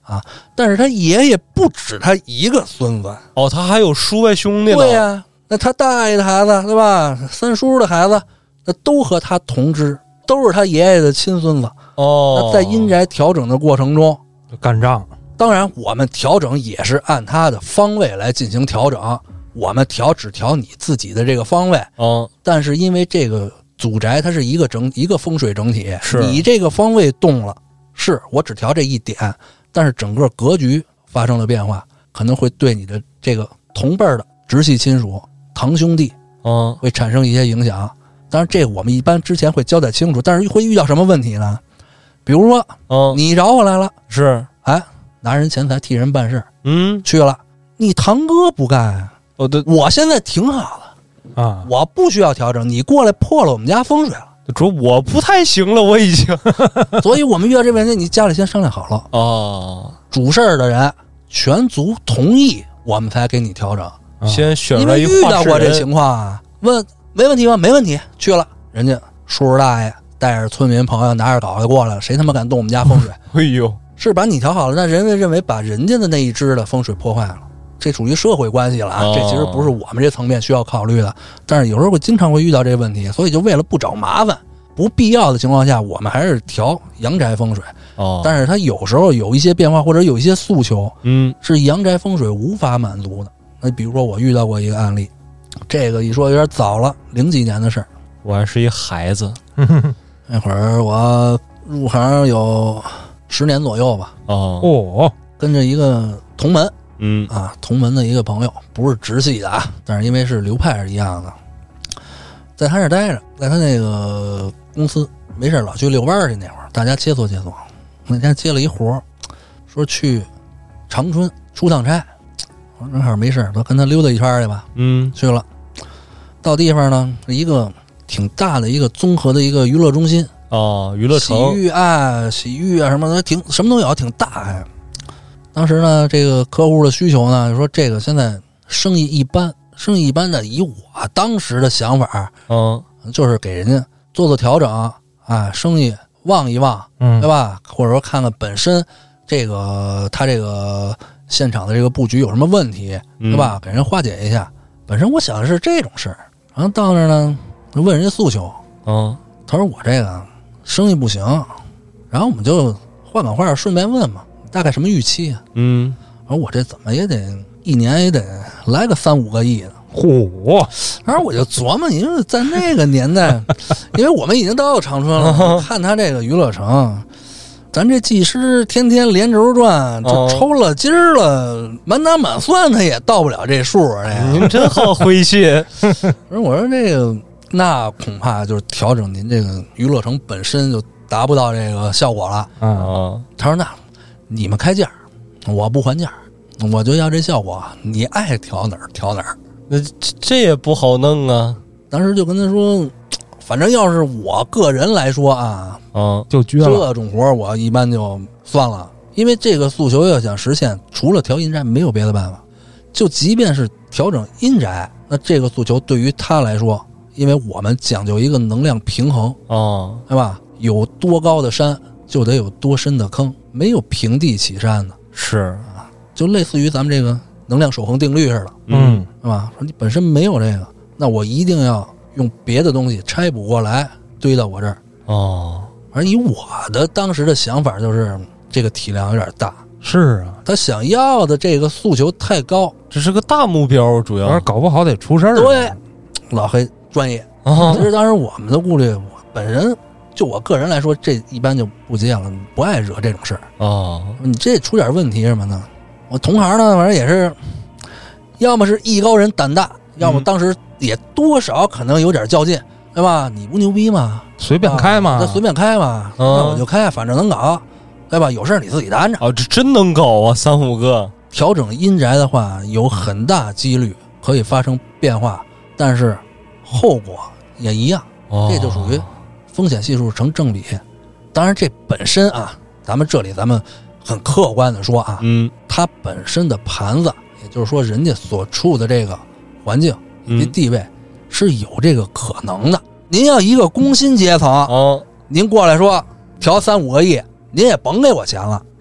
啊。但是他爷爷不止他一个孙子哦，他还有叔辈兄弟呢。 对呀、啊，那他大爷的孩子对吧？三叔的孩子，那都和他同支，都是他爷爷的亲孙子。 哦， 那在阴宅调整的过程中干仗。 当然我们调整也是按他的方位来进行调整，我们调只调你自己的这个方位。 哦， 但是因为这个祖宅它是一个整一个风水整体， 是你这个方位动了，是我只调这一点，但是整个格局发生了变化，可能会对你的这个同辈的直系亲属、堂兄弟， 嗯， 会产生一些影响。当然，这个我们一般之前会交代清楚，但是会遇到什么问题呢？比如说， 嗯， 你饶回来了， 是， 哎，拿人钱财替人办事， 嗯， 去了，你堂哥不干啊？ 哦，对， 我现在挺好的啊， 我不需要调整，你过来破了我们家风水了。 主要我不太行了，我已经。 所以我们遇到这问题，你家里先商量好了， 哦， 主事儿的人全族同意，我们才给你调整。 先选因了一为遇到话事人过这情况啊，问没问题吗？没问题，去了，人家叔叔大爷带着村民朋友拿着镐子过来了，谁他妈敢动我们家风水？ 哎呦， 是把你调好了，那人家认为把人家的那一支的风水破坏了，这属于社会关系了啊， 哦这其实不是我们这层面需要考虑的。但是有时候会经常会遇到这个问题，所以就为了不找麻烦，不必要的情况下，我们还是调阳宅风水。 哦， 但是它有时候有一些变化，或者有一些诉求， 嗯， 是阳宅风水无法满足的。那比如说我遇到过一个案例，这个一说有点早了，零几年的事儿。 我还是一孩子， 那会儿我入行有十年左右吧。 哦， 哦， 跟着一个同门嗯啊，同门的一个朋友，不是直系的啊，但是因为是流派是一样的，在他这儿待着，在他那个公司没事老去遛弯去。那会儿大家切磋切磋，那天接了一活，说去长春出趟差，我正好没事，我跟他溜达一圈去吧。 嗯， 去了，到地方呢是一个挺大的一个综合的一个娱乐中心。 哦，娱乐城， 洗浴啊，洗浴啊什么的，挺什么都有，挺大哎。当时呢，这个客户的需求呢，就说这个现在生意一般，生意一般的，以我当时的想法， 嗯， 就是给人家做做调整啊，生意旺一旺， 嗯， 对吧？或者说看看本身这个他这个现场的这个布局有什么问题，对吧？给人化解一下。本身我想的是这种事儿，然后到那儿呢，问人家诉求， 嗯， 他说我这个生意不行，然后我们就换个话，顺便问嘛，大概什么预期啊？ 嗯， 然后我这怎么也得一年也得来个三五个亿的。 嚯！ 然后我就琢磨，你说在那个年代，因为我们已经到长春了，看他这个娱乐城，咱这技师天天连轴转，就抽了筋儿了，满打满算他也到不了这数。这您真好诙谐。 我说这个。那恐怕就是调整您这个娱乐城本身就达不到这个效果了啊！ 他说：“那你们开价，我不还价，我就要这效果，你爱调哪儿调哪儿。” 那这这也不好弄啊！ 当时就跟他说：“反正要是我个人来说啊， 啊， 就绝了。 这种活我一般就算了，因为这个诉求要想实现，除了调阴宅没有别的办法。就即便是调整阴宅，那这个诉求对于他来说。”因为我们讲究一个能量平衡哦， 对吧？有多高的山就得有多深的坑，没有平地起山的， 是啊，就类似于咱们这个能量守恒定律似的， 嗯， 是吧？说你本身没有这个，那我一定要用别的东西拆补过来堆到我这儿。 哦， 而以我的当时的想法就是这个体量有点大， 是啊， 他想要的这个诉求太高， 这是个大目标，主要搞不好得出事儿。 对，老黑。专业啊， 其实当时我们的顾虑，我本人就我个人来说，这一般就不接了，不爱惹这种事儿啊。 你这出点问题什么呢？我同行呢，反正也是，要么是艺高人胆大，要么当时也多少可能有点较劲，对吧？你不牛逼吗？ 随便开嘛， 那、啊、随便开嘛，那、啊、我就开，反正能搞，对吧？有事你自己担着。 哦，这真能搞啊，三五个。 调整阴宅的话，有很大几率可以发生变化，但是。后果也一样，这就属于风险系数成正比。当然，这本身啊，咱们这里咱们很客观的说啊， 嗯， 它本身的盘子，也就是说人家所处的这个环境以及地位是有这个可能的。您要一个工薪阶层， 哦， 您过来说调三五个亿，您也甭给我钱了，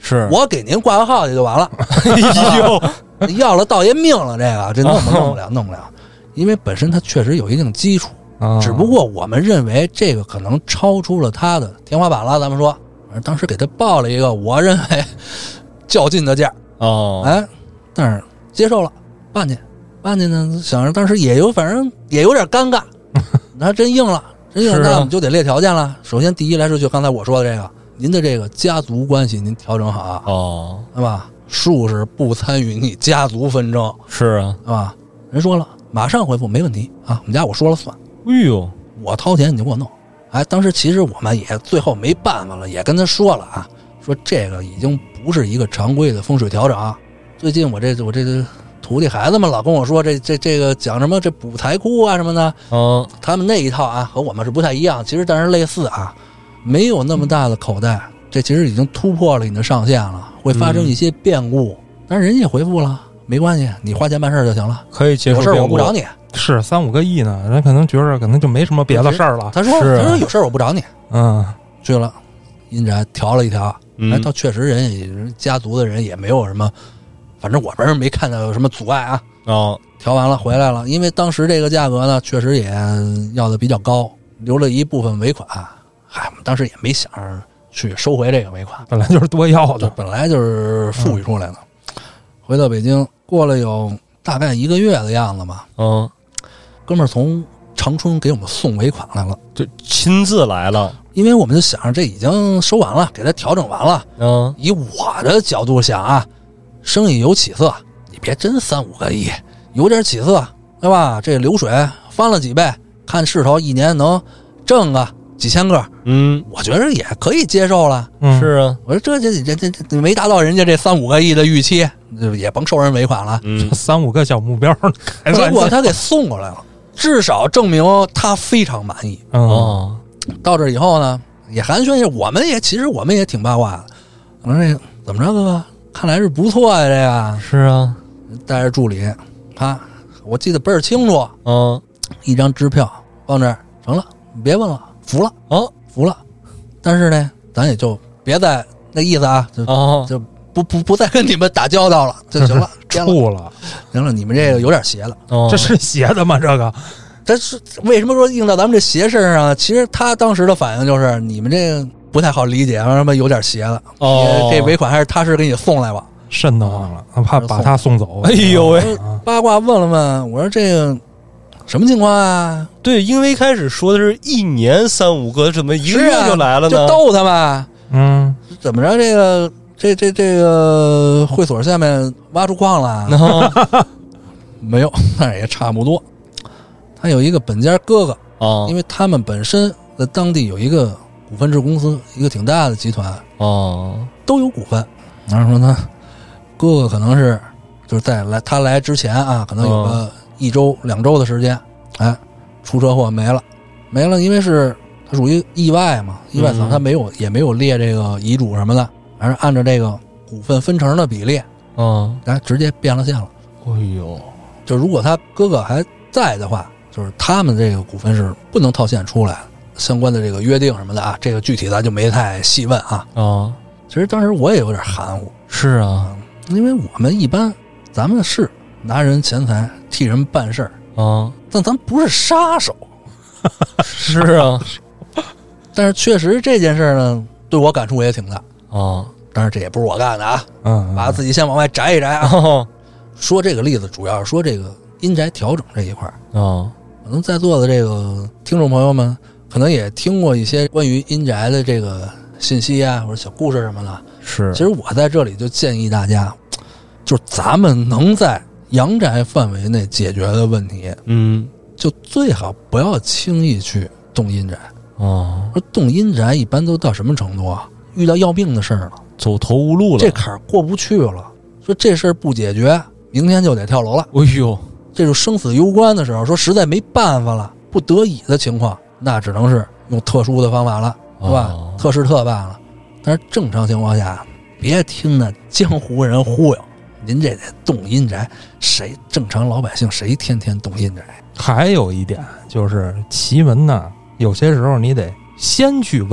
是我给您挂个号去就完了。 哎呦， 要了道爷命了，这个这弄不弄不了，弄不了，因为本身它确实有一定基础， 啊、 只不过我们认为这个可能超出了他的天花板了。咱们说，当时给他报了一个我认为较劲的价， 哦， 哎，但是接受了，办去，办去呢，想着当时也有，反正也有点尴尬，他真硬了，真硬了，那我们就得列条件了。首先，第一来说，就刚才我说的这个，您的这个家族关系您调整好， 哦， 对吧？术士不参与你家族纷争， 是啊， 对吧？人说了，马上回复，没问题啊，我们家我说了算。 哎呦， 我掏钱你就给我弄。哎，当时其实我们也最后没办法了，也跟他说了啊，说这个已经不是一个常规的风水调整。最近我这我这个徒弟孩子们老跟我说，这这这个讲什么这补财库啊什么的， 嗯， 他们那一套啊和我们是不太一样，其实但是类似啊，没有那么大的口袋，这其实已经突破了你的上限了，会发生一些变故。嗯、但是人家也回复了，没关系，你花钱办事就行了， 可以接受。 有事我不找你。 是三五个亿呢，人可能觉着可能就没什么别的事儿了。 他说：“他说有事我不找你。” 嗯， 去了阴宅调了一调， 嗯、 哎，倒确实人也家族的人也没有什么，反正我们是没看到有什么阻碍啊。 哦， 调完了回来了，因为当时这个价格呢，确实也要的比较高，留了一部分尾款。嗨，我们当时也没想着去收回这个尾款， 本来就是多要的， 本来就是富裕出来的。嗯、回到北京，过了有大概一个月的样子嘛。 嗯。 哥们儿从长春给我们送尾款来了， 就亲自来了， 因为我们就想着这已经收完了，给他调整完了。 嗯， 以我的角度想啊，生意有起色，你别真三五个亿，有点起色，对吧？这流水翻了几倍，看势头一年能挣个几千个， 嗯， 我觉得也可以接受了。 嗯，是啊， 我说这这这这这没达到人家这三五个亿的预期，也甭收人尾款了。 嗯， 三五个小目标， 结果他给送过来了。至少证明他非常满意。 哦， 到这以后呢，也寒暄一下，我们也其实我们也挺八卦的。我说这怎么着，哥哥，看来是不错呀、啊，这个是啊， 带着助理，啊，我记得倍儿清楚。 嗯， 一张支票放这儿，成了，你别问了，服了， 哦， 服了。但是呢，咱也就别再那意思啊，就、 哦、 就不不不再跟你们打交道了就行了， 吐了。 行了，你们这个有点邪了。 哦， 这是邪的吗？这个， 但是为什么说硬到咱们这邪事上？其实他当时的反应就是你们这个不太好理解，让他们有点邪了。 哦， 这尾款还是踏实给你送来吧， 瘆得慌了，怕把他送走。 哎呦喂！ 八卦问了问，我说这个什么情况啊？ 对，因为开始说的是一年三五个，怎么一个月就来了呢？ 啊、就逗他们。 嗯， 怎么着？这个这这这个会所下面挖出矿了？ 哦、 没有，那也差不多。他有一个本家哥哥啊， 因为他们本身在当地有一个股份制公司，一个挺大的集团哦， 都有股份。然后说呢，哥哥可能是就是在来他来之前啊，可能有个一周、嗯、两周的时间，哎，出车祸没了，没了，因为是他属于意外嘛，意外死亡，他没有、嗯、也没有列这个遗嘱什么的，而是按照这个股份分成的比例， 嗯， 哎，直接变了现了。 哎呦， 就如果他哥哥还在的话，就是他们这个股份是不能套现出来的，相关的这个约定什么的啊，这个具体咱就没太细问啊。 啊， 其实当时我也有点含糊。 是啊， 因为我们一般咱们是拿人钱财替人办事儿啊， 但咱不是杀手。 是啊， 但是确实这件事呢，对我感触也挺大啊。 当然这也不是我干的啊， 嗯， 把自己先往外摘一摘啊。 哦、 说这个例子主要是说这个阴宅调整这一块啊。 可能在座的这个听众朋友们，可能也听过一些关于阴宅的这个信息啊，或者小故事什么的。 是， 其实我在这里就建议大家，就是咱们能在阳宅范围内解决的问题， 嗯， 就最好不要轻易去动阴宅。 哦， 说动阴宅一般都到什么程度啊？遇到要命的事儿了， 走投无路了， 这坎儿过不去了。说这事儿不解决，明天就得跳楼了。 哎呦！ 这种生死攸关的时候，说实在没办法了，不得已的情况，那只能是用特殊的方法了，是吧？哦、特事特办了。但是正常情况下，别听那江湖人忽悠，您这得动阴宅，谁正常老百姓谁天天动阴宅？ 还有一点就是奇门呢，有些时候你得先去问，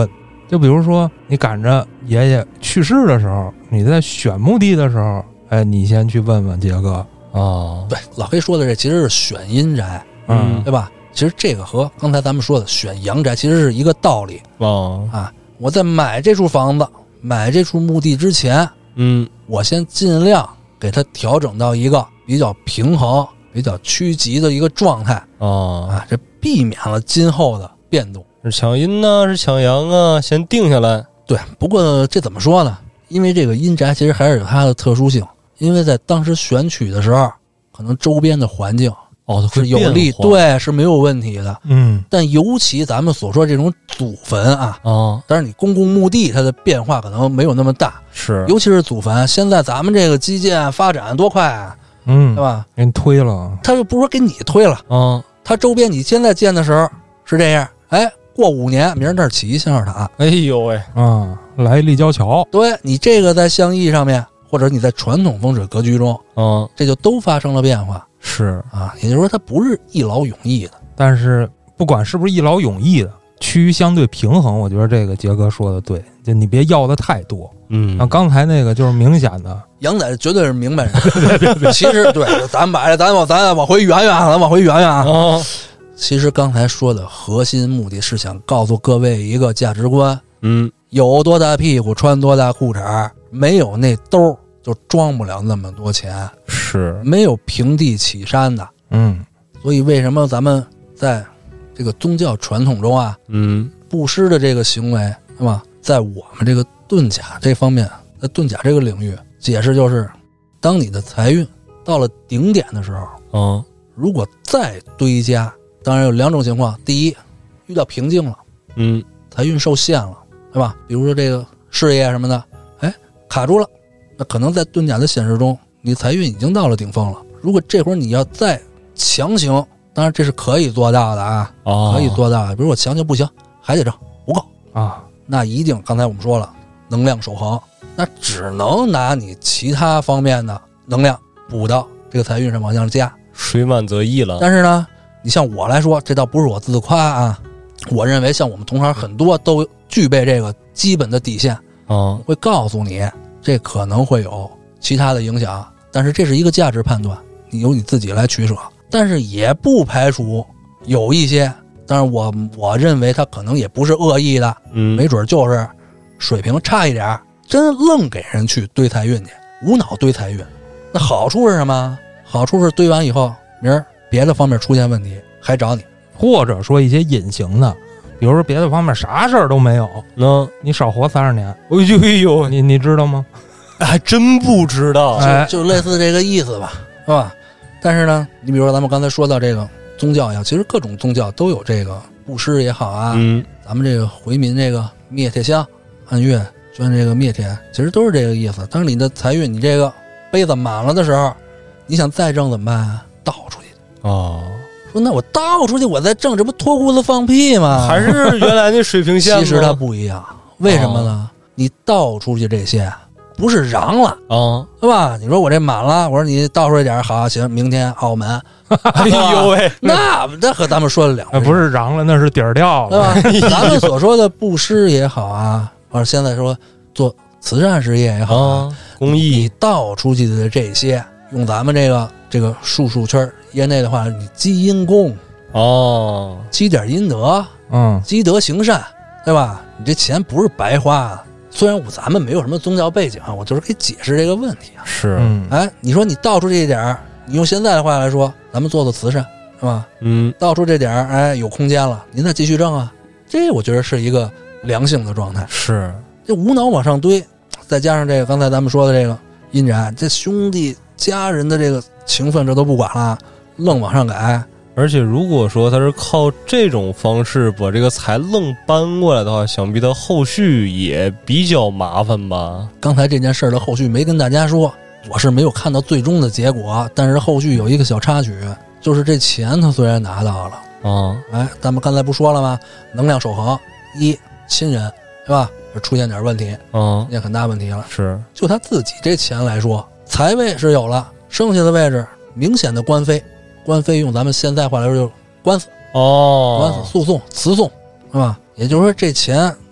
就比如说你赶着爷爷去世的时候，你在选墓地的时候，哎，你先去问问杰哥哦， 对，老黑说的这其实是选阴宅， 嗯， 对吧？其实这个和刚才咱们说的选阳宅其实是一个道理哦啊。我在买这处房子、买这处墓地之前， 嗯， 我先尽量给它调整到一个比较平衡、比较趋吉的一个状态哦啊，这避免了今后的变动。 是抢阴呢，是抢阳啊？先定下来。 对，不过这怎么说呢？因为这个阴宅其实还是有它的特殊性，因为在当时选取的时候，可能周边的环境哦，它是有利，对，是没有问题的。 嗯， 但尤其咱们所说这种祖坟啊， 哦， 当然你公共墓地它的变化可能没有那么大， 是， 尤其是祖坟，现在咱们这个基建发展多快啊， 嗯， 对吧？ 给你推了， 他又不是说给你推了， 嗯， 他周边你现在建的时候是这样，哎，过五年明儿这儿起一象牙塔， 哎呦喂， 啊，来立交桥， 对你这个在象意上面，或者你在传统风水格局中， 嗯， 这就都发生了变化是啊。也就是说，它不是一劳永逸的。 但是不管是不是一劳永逸的，趋于相对平衡，我觉得这个杰哥说的对，就你别要的太多。 嗯， 那刚才那个就是明显的， 杨仔绝对是明白人。其实对，咱们把这咱往咱往回圆圆，咱往回圆圆啊。 哦， 其实刚才说的核心目的是想告诉各位一个价值观： 嗯， 有多大屁股穿多大裤衩，没有那兜就装不了那么多钱， 是， 没有平地起山的。 嗯， 所以为什么咱们在这个宗教传统中啊， 嗯， 布施的这个行为，对吧？在我们这个遁甲这方面，在遁甲这个领域，解释就是，当你的财运到了顶点的时候， 嗯， 如果再堆加，当然有两种情况：第一，遇到瓶颈了， 嗯， 财运受限了，对吧？比如说这个事业什么的，哎，卡住了，那可能在遁甲的显示中，你财运已经到了顶峰了。如果这会儿你要再强行，当然这是可以做到的啊， 哦， 可以做到的。比如我强行不行，还得挣不够啊， 那一定刚才我们说了，能量守恒，那只能拿你其他方面的能量补到这个财运上往上加， 水满则溢了。 但是呢，你像我来说，这倒不是我自夸啊，我认为像我们同行很多都具备这个基本的底线， 啊， 会告诉你这可能会有其他的影响，但是这是一个价值判断，你由你自己来取舍。但是也不排除有一些，当然我我认为他可能也不是恶意的， 嗯， 没准就是水平差一点，真愣给人去堆财运去，无脑堆财运。那好处是什么？好处是堆完以后，明儿别的方面出现问题还找你， 或者说一些隐形的，比如说别的方面啥事儿都没有， 那你少活三十年， 哎呦哎呦， 你你知道吗？ 还真不知道， 哎就就类似这个意思吧，是吧？但是呢，你比如说咱们刚才说到这个宗教呀，其实各种宗教都有这个布施也好啊， 嗯， 咱们这个回民这个灭铁香、按月捐这个灭铁，其实都是这个意思。当你的财运，你这个杯子满了的时候，你想再挣怎么办啊？倒出去。 哦， 说那我倒出去，我再挣，这不脱裤子放屁吗？ 还是原来那水平线吗？ 其实它不一样，为什么呢？你倒出去这些不是瓤了。 啊， 对吧？你说我这满了，我说你倒出来点，好行，明天澳门， 哎呦喂， 那那和咱们说了两回哎， 事， 不是瓤了，那是底儿掉对了。 吧？咱们所说的布施也好啊，或者现在说做慈善事业也好啊， 啊，公你益倒出去的这些，用咱们这个这个术数圈业内的话，你积阴功， 哦， 积点阴德， 嗯， 积德行善，对吧？你这钱不是白花的。虽然我咱们没有什么宗教背景啊，我就是给解释这个问题啊。 是， 嗯， 哎，你说你倒出这一点儿，你用现在的话来说，咱们做做慈善，是吧？ 嗯， 倒出这点儿，哎，有空间了，您再继续挣啊。这我觉得是一个良性的状态。 是， 这无脑往上堆，再加上这个刚才咱们说的这个阴宅，这兄弟家人的这个情分这都不管了，愣往上改。 而且如果说他是靠这种方式把这个财愣搬过来的话，想必他后续也比较麻烦吧。 刚才这件事儿的后续没跟大家说，我是没有看到最终的结果，但是后续有一个小插曲，就是这钱他虽然拿到了， 啊， 哎，咱们刚才不说了吗？能量守恒，一亲人，对吧？出现点问题， 啊， 出现很大问题了。 是， 就他自己这钱来说，财位是有了，剩下的位置明显的官非，官非用咱们现在话来说就是官司， 哦， 官司、诉讼、辞讼，是吧？也就是说这钱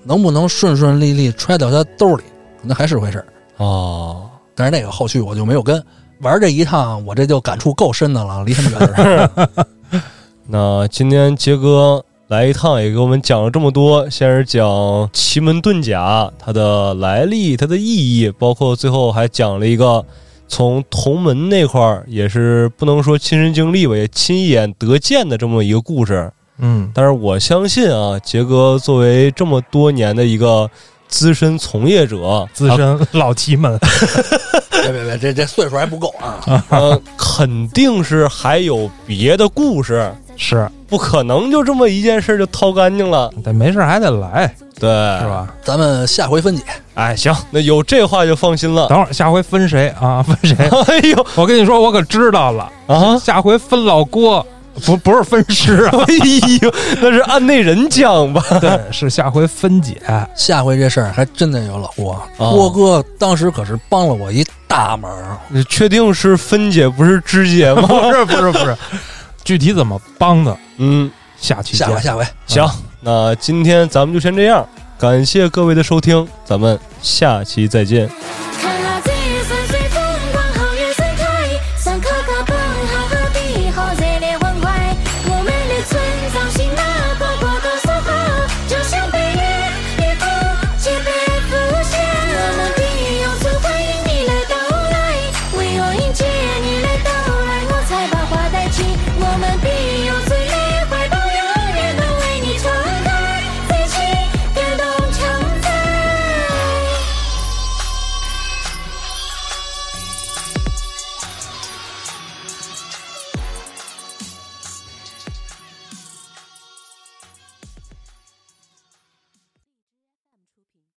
能不能顺顺利利揣到他兜里，那还是回事哦。 但是那个后续我就没有跟玩这一趟，我这就感触够深的了，离他们远点。 那今天杰哥来一趟，也给我们讲了这么多，先是讲奇门遁甲它的来历、它的意义，包括最后还讲了一个从同门那块儿，也是不能说亲身经历吧，也亲眼得见的这么一个故事。 嗯， 但是我相信啊，杰哥作为这么多年的一个资深从业者， 资深老奇门， 别别别，这这岁数还不够啊！ 呃，肯定是还有别的故事， 是不可能就这么一件事就掏干净了。 得没事还得来， 对， 是吧？ 咱们下回分解。 哎，行，那有这话就放心了。 等会儿下回分谁啊？分谁？ 哎呦， 我跟你说，我可知道了啊！ 下回分老郭。不不是分尸啊！ 哎呦，那是按内人讲吧？ 对，是下回分解。 下回这事儿还真的有老郭，哦、郭哥当时可是帮了我一大忙。 你确定是分解不是肢解吗？ 不是不是不是，具体怎么帮的？ 嗯， 下期下回下回行。那今天咱们就先这样，感谢各位的收听，咱们下期再见。